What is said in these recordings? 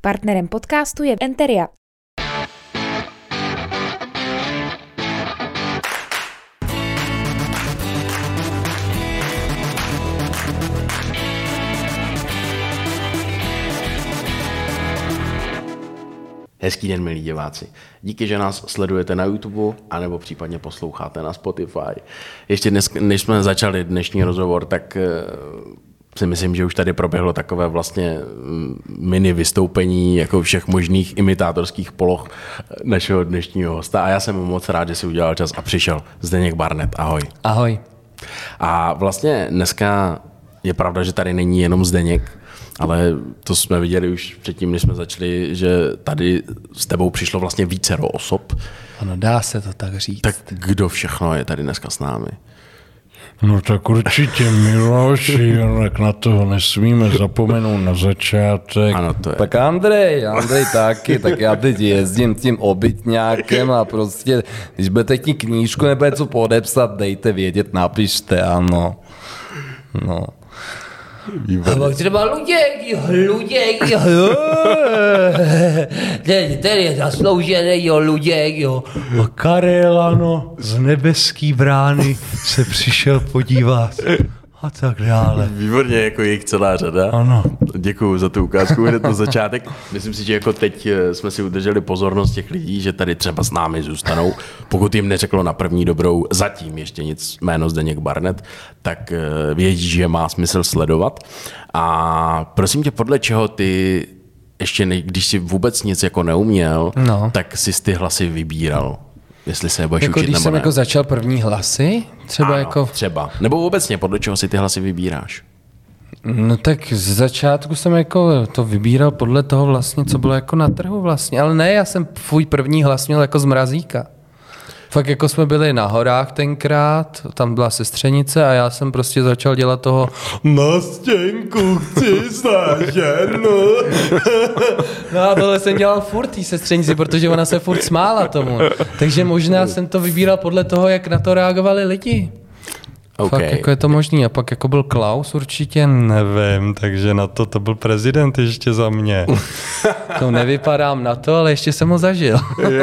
Partnerem podcastu je Enteria. Hezký den, milí diváci. Díky, že nás sledujete na YouTube, anebo případně posloucháte na Spotify. Ještě dnes, než jsme začali dnešní rozhovor, tak si myslím, že už tady proběhlo takové vlastně mini vystoupení jako všech možných imitátorských poloh našeho dnešního hosta. A já jsem moc rád, že si udělal čas a přišel. Zdeněk Barnett, ahoj. Ahoj. A vlastně dneska je pravda, že tady není jenom Zdeněk, ale to jsme viděli už předtím, než jsme začali, že tady s tebou přišlo vlastně vícero osob. Ano, dá se to tak říct. Tak kdo všechno je tady dneska s námi? No tak určitě Miloš, tak na toho nesmíme zapomenout na začátek. Ano, to je. Tak Andrej taky, tak já teď jezdím tím obytňákem a prostě, když budete chtít knížku nebo něco podepsat, dejte vědět, napište, ano. No. Výborně. A pak třeba Luděk, ten je zasloužený, jo, Luděk, jo. A Karel, ano, z nebeský brány se přišel podívat a tak dále. Výborně, jako je jich celá řada. Ano. Děkuju za tu ukázku hned na začátek. Myslím si, že jako teď jsme si udrželi pozornost těch lidí, že tady třeba s námi zůstanou. Pokud jim neřeklo na první dobrou zatím ještě nic jméno Zdeněk Barnett, tak vědí, že má smysl sledovat. A prosím tě, podle čeho ty ještě když si vůbec nic jako neuměl, tak si ty hlasy vybíral? Jestli se budeš jako učit, když nebo jsem ne. jako začal první hlasy, třeba ano, jako... třeba. Nebo obecně, podle čeho si ty hlasy vybíráš? No tak z začátku jsem jako to vybíral podle toho vlastně, co bylo jako na trhu vlastně, ale ne, já jsem tvůj první hlas měl jako z Mrazíka. Fakt jako jsme byli na horách tenkrát, tam byla sestřenice a já jsem prostě začal dělat toho na stěnku chci ženu. No a tohle jsem dělal furt tý sestřenici, protože ona se furt smála tomu. Takže možná jsem to vybíral podle toho, jak na to reagovali lidi. Okay. Fakt jako je to možný. A pak jako byl Klaus určitě, nevím, takže na to byl prezident ještě za mě. To nevypadám na to, ale ještě jsem ho zažil.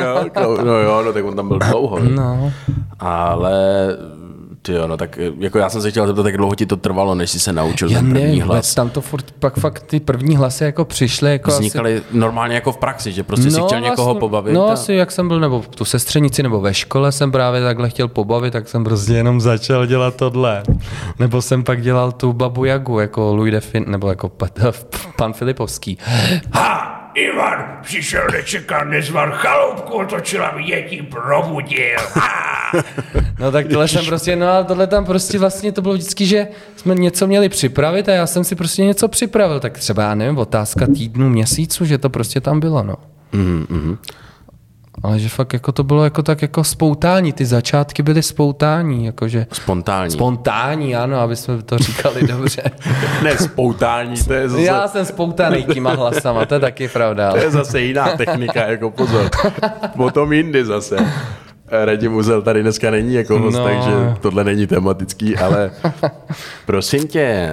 No tak on tam byl dlouho. No. Ale tyjo, no tak jako já jsem se chtěl zeptat, jak dlouho ti to trvalo, než jsi se naučil ten první hlas. Tam to furt fakt ty první hlasy jako přišly. Jako vznikaly asi normálně jako v praxi, že prostě si chtěl někoho pobavit? No asi jak jsem byl, nebo tu sestřenici, nebo ve škole jsem právě takhle chtěl pobavit, tak jsem prostě jenom začal dělat tohle. Nebo jsem pak dělal tu babu Jagu, jako Louis de Fin, nebo jako pan Filipovský. Ha! Ivan přišel nečekat, nezvar chaloupku, otočila mi děti, probudil. No tak tohle jsem prostě, no a tohle tam prostě vlastně to bylo vždycky, že jsme něco měli připravit a já jsem si prostě něco připravil, tak třeba já nevím, otázka týdnů, měsíců, že to prostě tam bylo, no. Mm-hmm. Ale že fakt jako to bylo jako tak jako spontánní, ty začátky byly spontánní, jakože... Spontánní, ano, aby jsme to říkali dobře. Ne, spontánní, to je zase... Já jsem spontánnej těma hlasama, to je taky pravda. To je zase jiná technika, jako pozor. Potom jindy zase. Radim Uzel tady dneska není jako host, takže tohle není tematický, ale prosím tě...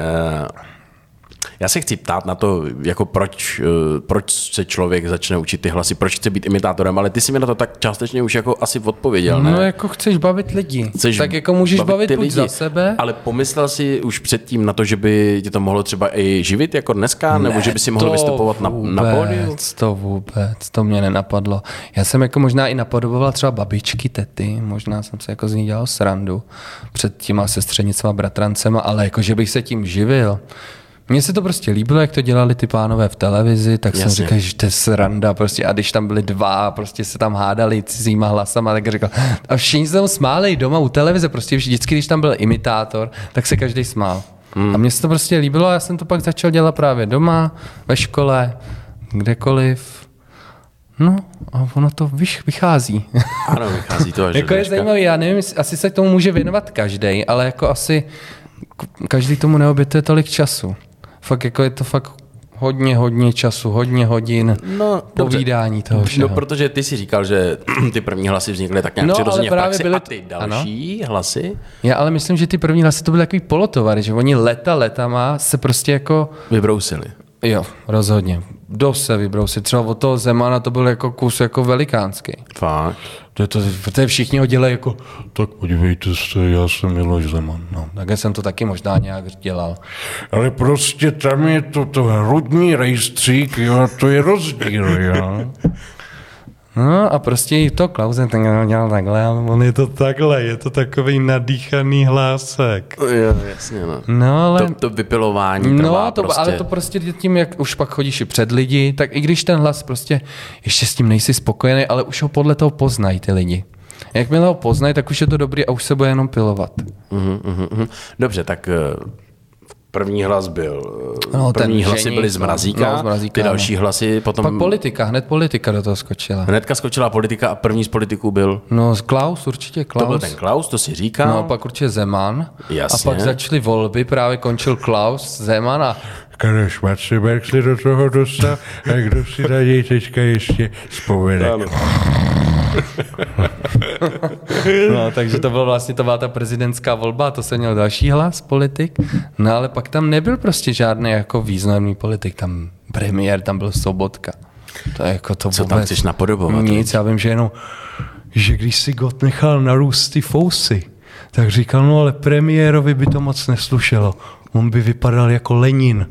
Já se chci ptát na to, jako proč se člověk začne učit ty hlasy, proč chce být imitátorem, ale ty si mi na to tak částečně už jako asi odpověděl, ne? No jako chceš bavit lidi, tak jako můžeš bavit buď za sebe. Ale pomyslel jsi už předtím na to, že by tě to mohlo třeba i živit jako dneska, nebo že by si mohl vystupovat na pódiu? To vůbec, to mě nenapadlo. Já jsem jako možná i napodoboval třeba babičky, tety, možná jsem se jako z ní dělal srandu před těma sestřenicema, bratrancema, ale jako že bych se tím živil. Mně se to prostě líbilo, jak to dělali ty pánové v televizi, tak jsem říkal, že to je sranda prostě a když tam byli dva, prostě se tam hádali cizíma hlasama, tak říkal, a všichni se tam smáli doma u televize, prostě vždycky, když tam byl imitátor, tak se každý smál. A mně se to prostě líbilo a já jsem to pak začal dělat právě doma, ve škole, kdekoliv. No a ono to vychází. Ano, vychází to až jako je zajímavý, já nevím, asi se tomu může věnovat každej, ale jako asi každý tomu neobětuje tolik času. Fakt jako je to fakt hodně času, hodně hodin povídání toho všeho. No, protože ty si říkal, že ty první hlasy vznikly tak nějak přirozeně v praxi a ty další hlasy? Já ale myslím, že ty první hlasy to byly takový polotovary, že oni letama se prostě jako... Vybrousili. Jo, rozhodně. Kdo se vybrousit? Třeba od toho Zemana to byl jako kus jako velikánský. Fakt. Protože všichni ho dělají jako, tak podívejte se, já jsem Miloš Zeman. No, tak jsem to taky možná nějak dělal. Ale prostě tam je to hrudní rejstřík, jo, to je rozdíl, jo. No a prostě to Klausen ten dělal takhle, ale on je to takhle, je to takový nadýchaný hlásek. Jo, jasně, no. No, ale... To vypilování trvá prostě. Ale to prostě tím, jak už pak chodíš i před lidi, tak i když ten hlas prostě, ještě s tím nejsi spokojený, ale už ho podle toho poznají ty lidi. Jakmile ho poznají, tak už je to dobrý a už se bude jenom pilovat. Dobře, tak první hlas byl, první hlasy byly z Mrazíka, ty další hlasy potom... Pak hned politika do toho skočila. Hnedka skočila politika a první z politiků byl... No Klaus, určitě Klaus. To byl ten Klaus, to si říkal. No pak určitě Zeman. Jasně. A pak začaly volby, právě končil Klaus, Zeman a... Karel Schwarzenberg si do toho dostal a kdo si na něj teďka ještě vzpomene. No, takže to byla ta prezidentská volba, to se měl další hlas, politik. No ale pak tam nebyl prostě žádný jako významný politik, tam premiér, tam byl Sobotka. To je jako to co tam chceš napodobovat? Nic, já vím, že jenom, že když si Gott nechal narůst ty fousy, tak říkal, no ale premiérovi by to moc neslušelo. On by vypadal jako Lenin.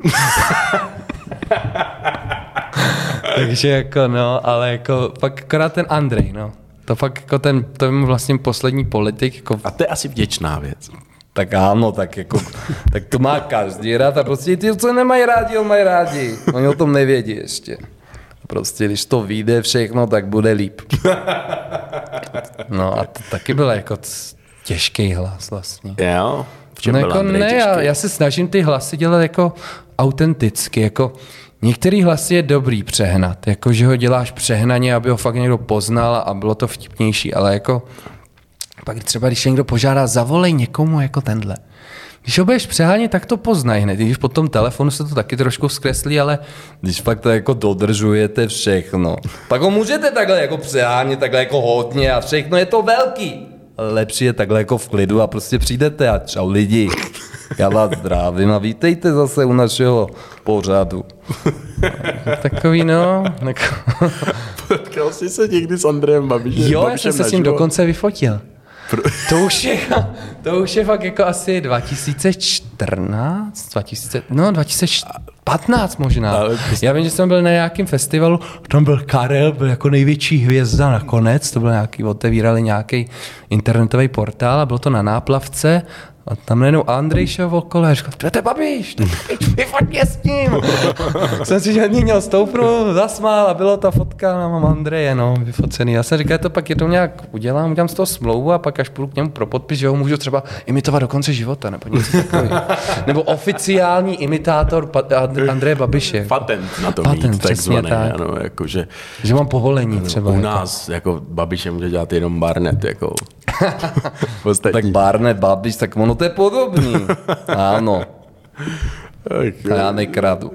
Takže jako no, ale jako pak akorát ten Andrej, no. To fakt jako to je vlastně poslední politik. Jako... A to je asi vděčná věc. Tak ano, tak jako, tak to má každý rád a prostě ty, co nemají rádi, ho mají rádi. Oni o tom nevědí ještě. Prostě když to vyjde všechno, tak bude líp. No a to taky byl jako těžký hlas vlastně. Jo? V čem no byl jako Andrej ne, já se snažím ty hlasy dělat jako autenticky, jako některý hlasy je dobrý přehnat, jako že ho děláš přehnaně, aby ho fakt někdo poznal a bylo to vtipnější, ale jako pak třeba, když někdo požádá, zavolej někomu jako tenhle. Když ho budeš přehánět, tak to poznají hned. Když po tom telefonu se to taky trošku zkreslí, ale když fakt to jako dodržujete všechno, tak ho můžete takhle jako přehánět, takhle jako hodně a všechno je to velký. Ale lepší je takhle jako v klidu a prostě přijdete a čau lidi. Já vás zdravím a vítejte zase u našeho pořadu. Takový no. Potkal jsi se někdy s Andrejem Babišem? Jo, já jsem se s ním dokonce vyfotil. To už je fakt jako asi 2015 možná. Já vím, že jsem byl na nějakém festivalu, tam byl Karel, byl jako největší hvězda nakonec, to byl nějaký, otevírali nějaký internetový portál a bylo to na Náplavce a tam najednou Andrej šel okolo a říkal, to je Babiš, vyfoť mě s ním. Jsem si žádný měl stoupnu, zasmál a byla ta fotka, mám Andreje, no, vyfocený. Já jsem říkal, to pak je to nějak udělám z toho smlouvu a pak až půjdu k němu pro podpis, že ho můžu třeba imitovat do konce života, nebo něco takového. Nebo oficiální imitátor Andreje Babiše. Patent na to mít, takzvaný, tak. Ano, jakože... Že mám povolení třeba. U nás, jako Babiše může dělat jenom Barnett, jako... Tak Barnett, Babiš, tak ono to je podobný. Ano. A já nekradu.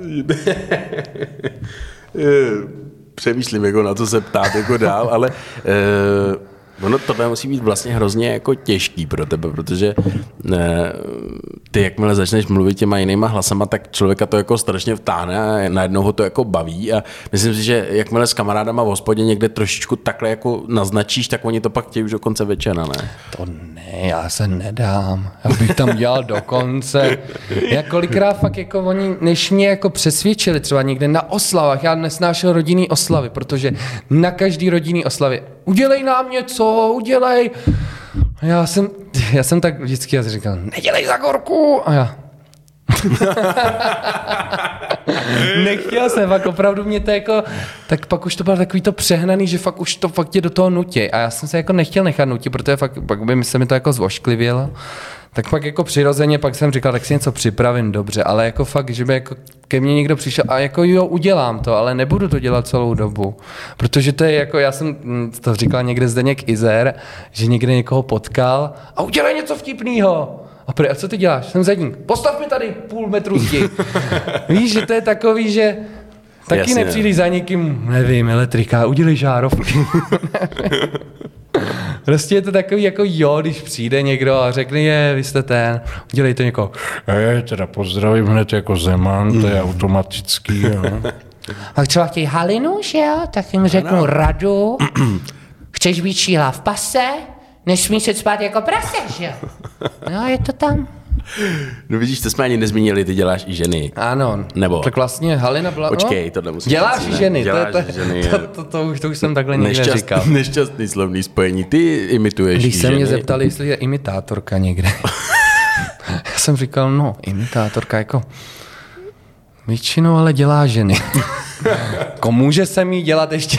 Přemýšlím, jako na to se ptát jako dál, ale ono tohle musí být vlastně hrozně jako těžký pro tebe, protože ty jakmile začneš mluvit těma jinýma hlasama, tak člověka to jako strašně vtáhne a najednou ho to jako baví a myslím si, že jakmile s kamarádama v hospodě někde trošičku takhle jako naznačíš, tak oni to pak chtějí už do konce večera, ne? To ne, já se nedám. Já bych tam dělal do konce. Já kolikrát fakt jako oni, než mě jako přesvědčili třeba někde na oslavách, já nesnášel rodinný oslavy, protože na každý rodinný oslavě udělej nám něco, udělej. A já jsem tak vždycky říkal, nedělej za gorku. A já. Nechtěl jsem, fakt opravdu mě to jako, tak pak už to bylo takový to přehnaný, že fakt už to fakt tě do toho nutí. A já jsem se jako nechtěl nechat nutit, protože fakt, pak by se mi to jako zvošklivělo. Tak pak jako přirozeně, pak jsem říkal, tak si něco připravím dobře, ale jako fakt, že by jako ke mně někdo přišel a jako jo, udělám to, ale nebudu to dělat celou dobu. Protože to je jako, já jsem to říkal někde Zdeněk Izer, že někde někoho potkal a udělej něco vtipnýho. A co ty děláš? Jsem zadník. Postav mi tady půl metru zdi. Víš, že to je takový, že taky jasně, nepřijdeš za někým, nevím, elektrika, udělej žárovky. Prostě je to takový jako jo, když přijde někdo a řekne, vy jste ten, udělej to někoho. Já teda pozdravím hned jako Zeman, to je automatický. Jo. A třeba chtějí Halinu, že jo, tak jim řeknu radu. Chceš být šíla v pase? Nesmíš se spát jako prase, že jo? No, je to tam. No vidíš, to jsme ani nezmínili, ty děláš i ženy. Ano, Nebo... tak vlastně Halina byla... Počkej, tohle musím děláš říct, ne? ženy, Děláš ženy, to už jsem takhle někde říkal. Nešťastný slovný spojení, ty imituješ Když i se ženy. mě zeptali, jestli je imitátorka někde. Já jsem říkal, no, imitátorka jako... Většinou ale dělá ženy. Může se mi dělat ještě...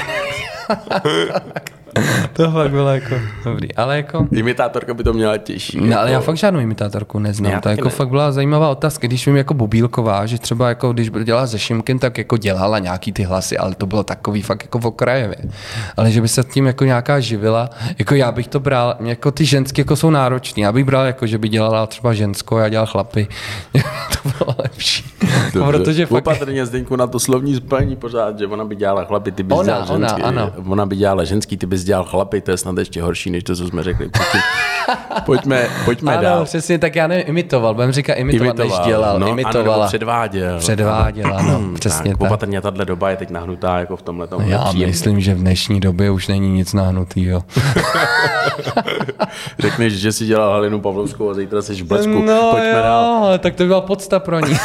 To fakt bylo jako dobrý, ale jako... Imitátorka by to měla těžší. No, ale já fakt žádnou imitátorku neznám. To jako fakt byla zajímavá otázka. Když vím jako Bubílková, že třeba jako když dělala se Šimkem, tak jako dělala nějaký ty hlasy, ale to bylo takový fakt jako v okrajevě. Ale že by se tím jako nějaká živila, jako já bych to bral, jako ty ženský jako jsou náročný. Já bych bral jako, že by dělala třeba ženskou a já dělal chlapy. To bylo lepší. Protože fakt... Opatrně, Zdeňku, na to slovní spojení pořád, že ona by dělala chlapy, ty bys dělal ženský. Ona by dělala ženský, ty bys dělal chlapy, to je snad ještě horší, než to, co jsme řekli. Pojďme dál. Ano, přesně, tak já nevím, imitoval, budem říkat imitovat, než dělal, no, imitovala. Ano, předváděl. Předváděla, no, přesně tak. Opatrně, tahle doba je teď nahnutá jako v tomhletom. Já myslím, že v dnešní době už není nic nahnutýho. Řekneš, že si dělal Halinu Pavlovskou a zítra jsi v Blesku. No Pojďme jo, dál. tak to byla podsta pro ní.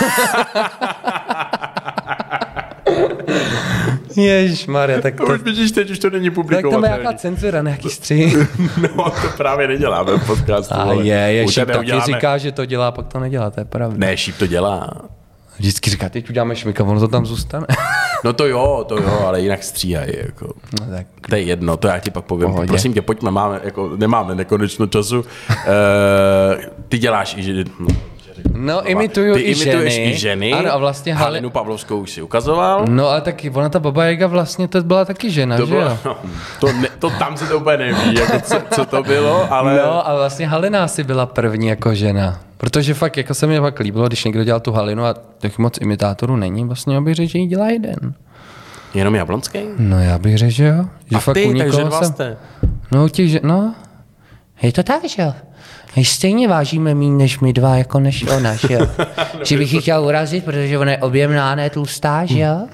Ježišmarja, tak to... Už vidíš, teď už to není Tak publikovat. tam je nějaká cenzura, nějaký střih. No, to právě neděláme v podcastu. A je, Šíp taky uděláme... říká, že to dělá, pak to nedělá, to je pravda. Ne, Šíp to dělá. Vždycky říká, teď uděláme šmika, ono to tam zůstane. No to jo, ale jinak stříhají. Jako. No, tak. To je jedno, to já ti pak povím. Pohodě. Prosím tě, pojďme, nemáme nekonečno času. Ty děláš i že... No, imituju Ty imituješ i ženy. Ano, a vlastně Halinu Pavlovskou už si ukazoval. No, ale taky, ona ta Baba Jaga vlastně, to byla taky žena, To že bylo, jo? no, to tam se to úplně neví, jako co to bylo, ale... No, a vlastně Halina asi byla první jako žena. Protože fakt, jako se mi fakt líbilo, když někdo dělal tu Halinu a těch moc imitátorů není, vlastně já bych řekl, že jí dělá jeden. Jenom Jablonský? No, já bych řekl, že jo. Že A fakt ty, u takže nikoho dva jste. No, u těch, no. Je to tak, že jo? My stejně vážíme míň než my dva, jako než ona, že jo? Že bych ji chtěl urazit, protože ona je objemná, ne tlustá, že jo?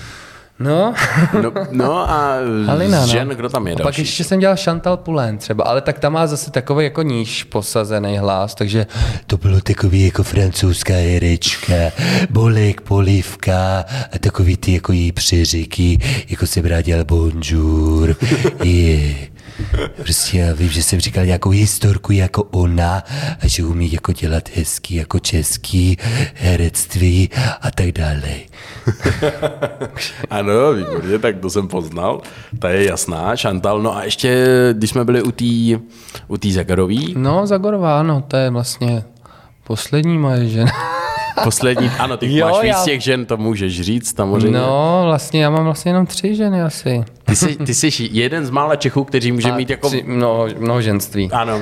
No a Halina, žen, kdo tam je a další? pak ještě jsem dělal Chantal Poulain třeba, ale tak tam má zase takový jako níž posazený hlas, takže To bylo takový jako francouzská herečka, Bolek, Polivka a takový ty jako jí přeřiky, jako jsem rád dělal bonjour. Prostě já vím, že jsem říkal nějakou historku jako ona a že umí jako dělat hezký jako český herectví a tak dále. Ano, výborně, tak to jsem poznal. Ta je jasná, Chantal. No a ještě, když jsme byli u té Zagarový. no Zagorová, ano, to je vlastně poslední moje žena. Poslední, ano, ty Jo, máš víc já- těch žen, to můžeš říct samozřejmě. No, vlastně já mám vlastně jenom 3 ženy asi. Ty jsi jeden z mála Čechů, kteří může mít jako... Mnohoženství. Ano,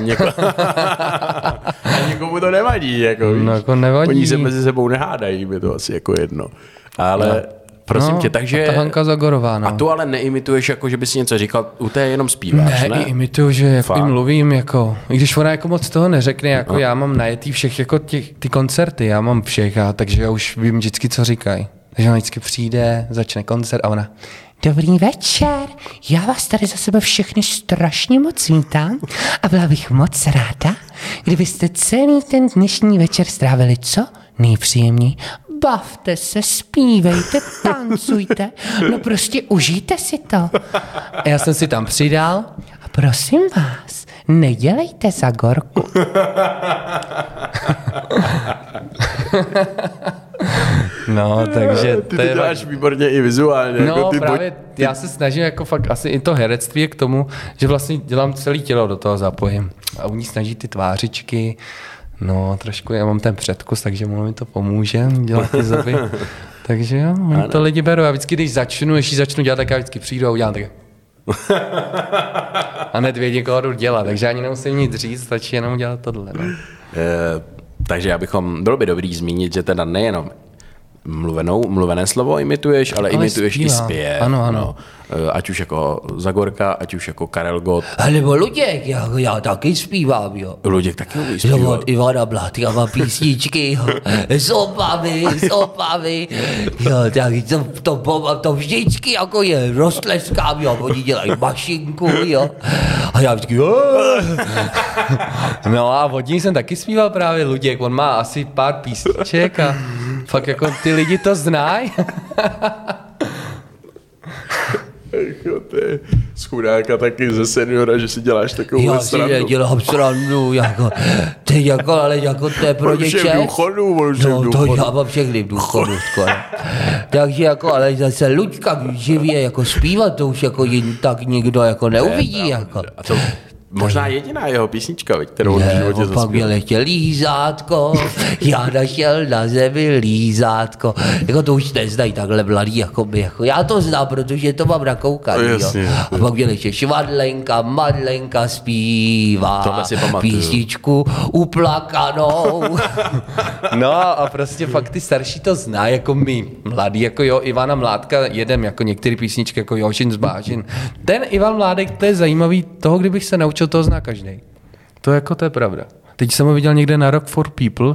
a někomu to nevadí, jako víš. No, jako nevadí. Oni se mezi sebou nehádají, je to asi jako jedno. Ale prosím tě, takže... A ta Hanka Zagorová, no. A tu ale neimituješ, jako že bys něco říkal, u té jenom zpíváš, ne? I imituju, že jako Fakt? i mluvím, jako, i když ona jako moc toho neřekne, jako já mám najetý všech jako ty koncerty, já mám všech, takže já už vím vždycky, co říkají. Takže ona vždycky přijde, začne koncert a ona, Dobrý večer, já vás tady za sebe všechny strašně moc vítám a byla bych moc ráda, kdybyste celý ten dnešní večer strávili co nejpříjemněji. Bavte se, zpívejte, tancujte, no prostě užijte si to. a já jsem si tam přidal, A prosím vás, nedělejte Zagorku. no, takže Ty to děláš výborně i vizuálně. No jako ty právě, já se snažím jako fakt asi i to herectví je k tomu, že vlastně dělám celé tělo do toho zapojím. A u ní snaží ty tvářičky, no trošku, já mám ten předkus, takže mu mi to pomůže dělat ty zuby. Takže jo, oni to lidi berou. Já vždycky, když začnu dělat, tak já vždycky přijdu a udělám tak. A hned vědí, koho jdu dělat, takže ani nemusím nic říct, stačí jenom dělat tohle. No. Takže bylo by dobrý zmínit, že teda nejenom mluvené slovo imituješ, ale imituješ i zpívám. zpěv. Ano. No. ať už jako Zagorka, ať už jako Karel Gott. A nebo Luděk, já taky zpívám, jo. Luděk taky umí Jo, zpívat. od Ivana Blátka má písničky, jo. Z Opavy. Jo, tak to vždycky jako je, roztleskám, jo, oni dělají mašinku, jo. A já vždycky, jo. No a od ní jsem taky zpíval právě Luděk, on má asi pár písniček a fakt jako ty lidi to znají. To je chudáka taky ze seniora, že si děláš takovou Já si srandu. nedělám srandu, ale jako to je pro On už je v děče. důchodu, No to já mám všechny v důchodu skoro. Takže jako, ale zase Luďka živě jako zpívat, to už jako jen tak nikdo jako neuvidí. Jako. A to možná jediná jeho písnička, kterou on v Ne, životě on pak zaspěl. měl ještě lízátko, já našel na zemi lízátko. Jako to už neznají takhle mladý, jako já to znám, protože to mám nakoukaný. Jasně, Jo. A pak měl ještě Švadlenka, Madlenka zpívá Tohle si pamatuju. písničku uplakanou. No a prostě fakt ty starší to zná, jako my mladý, jako jo, Ivana Mládka jedem, jako některé písničky, jako Jožin Zbážin. Ten Ivan Mládek, to je zajímavý, toho kdybych se naučil, toho zná každý. To jako to je pravda. Teď jsem ho viděl někde na Rock for People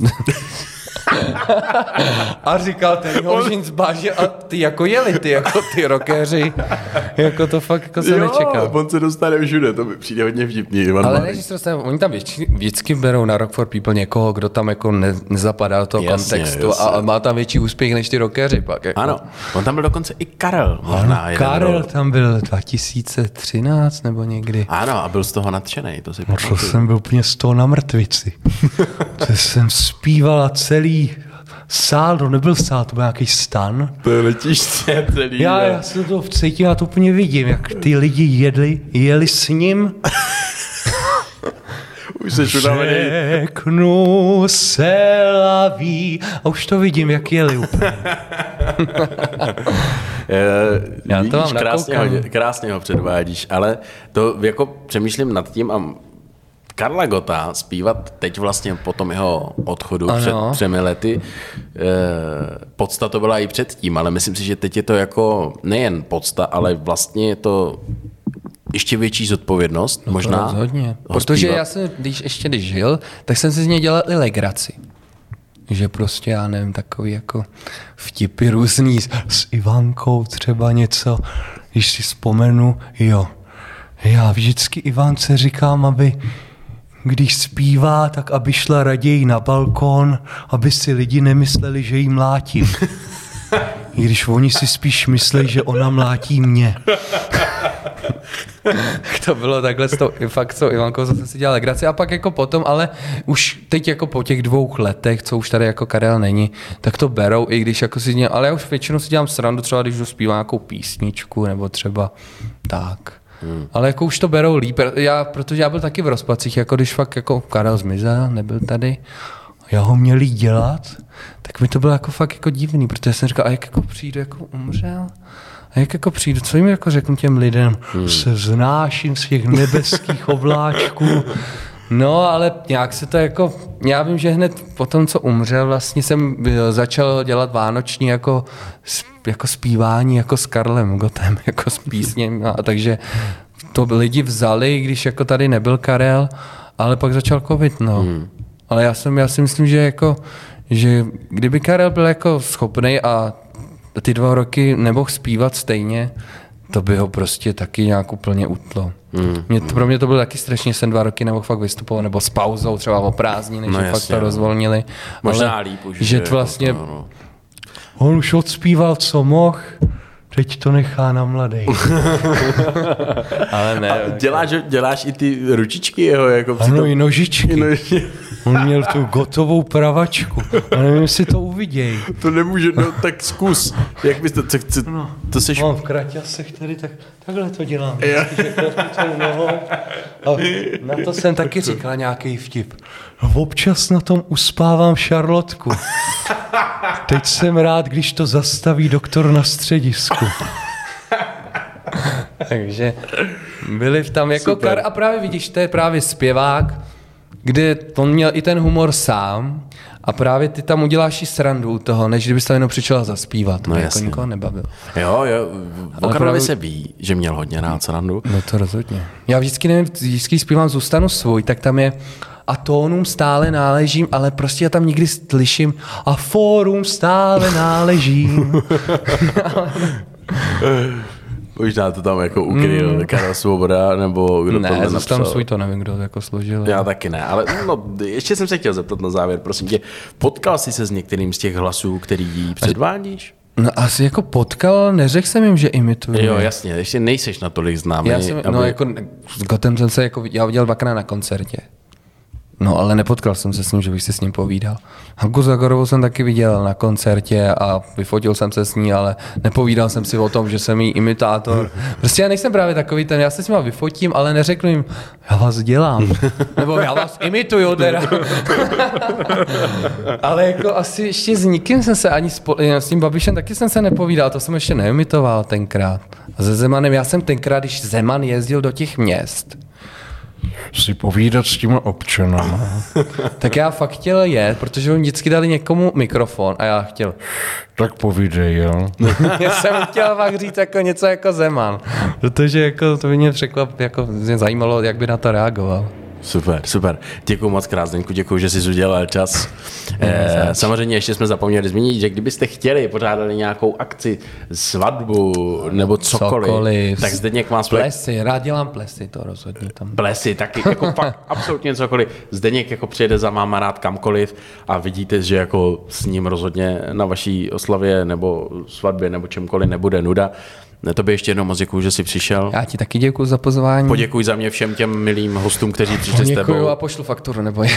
a říkal ten Jožin Zbážin a ty jako jeli, ty rockéři, jako to fakt jako jsem nečekal. On se dostane všude, to mi přijde hodně vtipný. Ivan Ale Mládek. ne, že se oni tam vždycky berou na Rock for People někoho, kdo tam jako nezapadá do toho Jasně, kontextu jasně. a má tam větší úspěch než ty rockéři pak. Jako. Ano, on tam byl dokonce i Karel. Možná jeden Karel rok. tam byl 2013 nebo někdy. Ano, a byl z toho nadšenej, to si To pamatuju. jsem byl úplně z toho na mrtvici. To jsem zpívala celý sál, to nebyl sál, to byl nějaký stan. To je letiště celý. Já se to cítím, já to úplně vidím, jak ty lidi jeli s ním. Už se čudáme. Řeknu se laví. A už to vidím, jak jeli úplně. Já to Vidíš, mám nakoukaný. krásně ho předvádíš, ale to jako přemýšlím nad tím a Karla Gotta zpívat teď vlastně po tom jeho odchodu Ano. před 3 lety. Podsta to byla i předtím, ale myslím si, že teď je to jako nejen podsta, ale vlastně je to ještě větší zodpovědnost, možná. Rozhodně. ho Protože zpívat. já jsem, když žil, tak jsem si z něj dělal i legraci. Že prostě, já nevím, takový jako vtipy různý. S Ivankou třeba něco, když si vzpomenu, jo. Já vždycky Ivance říkám, aby když zpívá, tak aby šla raději na balkón, aby si lidi nemysleli, že jí mlátím. I když oni si spíš myslí, že ona mlátí mě. To bylo takhle fakt s tou Ivankou zase si dělal legraci a pak jako potom, ale už teď jako po těch 2 letech, co už tady jako Karel není, tak to berou, i když jako si dělám, ale já už většinou si dělám srandu, třeba když už zpívám nějakou písničku nebo třeba tak. Ale jako už to berou líp, protože já byl taky v rozpacích, jako když fakt jako Karel zmizel, nebyl tady, Já ho měli dělat, tak mi to bylo jako fakt jako divný, protože jsem říkal, a jak jako přijdu, jako umřel? A jak jako přijdu, co jim jako řeknu těm lidem? se vznáším z těch nebeských obláčků. No, ale nějak se to jako, já vím, že hned po tom, co umřel, vlastně jsem začal dělat vánoční jako zpívání jako s Karlem Gottem, jako s písněm, a takže to lidi vzali, když jako tady nebyl Karel, ale pak začal covid, no. Ale já si myslím, že jako, že kdyby Karel byl jako schopnej a ty 2 roky nemohl zpívat stejně, to by ho prostě taky nějak úplně utlo. Pro mě to bylo taky strašně, jsem 2 roky nemohl fakt vystupovat, nebo s pauzou třeba o prázdniny, No že jasně, fakt to no. rozvolnili. Možná ale líp už. že to vlastně, jako to, no. On už odspíval, co mohl, teď to nechá na mladej. ale ne. Děláš i ty ručičky jeho, jako při Ano, tom- i nožičky. No, On měl tu gotovou pravačku. A nevím, jestli to uvidějí. to nemůže, no tak zkus. Jak bys to seš... Mám v kraťasech tady, takhle to dělám. Vždycky, že kratičou nohou. A na to jsem taky říkal nějaký vtip. Občas na tom uspávám šarlotku. Teď jsem rád, když to zastaví doktor na středisku. Takže byli tam jako a právě vidíš, to je právě zpěvák, kde on měl i ten humor sám A právě ty tam uděláš i srandu u toho, než kdybys tam jenom přišel zaspívat. No To jasně. jako nikoho nebavil. Jo, o Karlovi právě- se ví, že měl hodně rád srandu. No to rozhodně. Já vždycky nevím, vždycky zpívám Zůstanu svůj, tak tam je a tónům stále náležím, ale prostě já tam nikdy slyším a fórum stále náležím. Možná to tam jako ukryl Karel Svoboda, nebo kdo to Ne, napsal. Zůstanu svůj, to nevím, kdo jako složil. Já taky ne, ale no, ještě jsem se chtěl zeptat na závěr, prosím tě, potkal jsi se s některým z těch hlasů, který předvádíš? No asi jako potkal, neřekl jsem jim, že imituje. Jo, jasně, ještě nejseš natolik známý. Já jsem, no jako s Gotem jsem se jako já viděl dvakrát na koncertě. No ale nepotkal jsem se s ním, že bych si s ním povídal. Hanku Zagorovou jsem taky viděl na koncertě a vyfotil jsem se s ní, ale nepovídal jsem si o tom, že jsem jí imitátor. Prostě já nejsem právě takový ten, já se s ním vyfotím, ale neřeknu jim, já vás dělám. Nebo já vás imituju teda. Ale jako asi ještě s nikým jsem se ani s tím Babišem taky jsem se nepovídal, to jsem ještě neimitoval tenkrát. A se Zemanem, já jsem tenkrát, když Zeman jezdil do těch měst, Si povídat s těma občanama. tak já fakt chtěl jet, protože oni vždycky dali někomu mikrofon a já chtěl. Tak povídej, jo. Já jsem chtěl fakt říct jako něco jako Zeman, protože jako to by mě jako mě zajímalo, jak by na to reagoval. Super, super. Děkuju moc krát, Zdeňku, děkuju, že jsi udělal čas. Samozřejmě ještě jsme zapomněli zmínit, že kdybyste chtěli pořádali nějakou akci, svatbu nebo cokoliv. Tak Zdeněk má svoje Plesy, rád dělám plesy, to rozhodně tam. plesy, taky jako fakt absolutně cokoliv. Zdeněk jako přijede za máma rád kamkoliv a vidíte, že jako s ním rozhodně na vaší oslavě nebo svatbě nebo čemkoliv nebude nuda. Tobě ještě jednou moc děkuju, že jsi přišel. Já ti taky děkuji za pozvání. Poděkuj za mě všem těm milým hostům, kteří přišli s Děkuju tebou. a pošlu fakturu, neboj.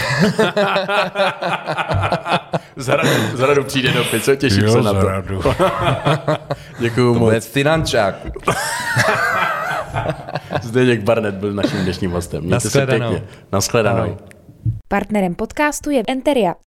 Za radu přijde dopis, co těším se na to. Děkuju moc. Bude finančák. Zdeněk Barnett byl naším dnešním hostem. Mějte se Nashledanou. pěkně. Nashledanou. Partnerem podcastu je Enteria.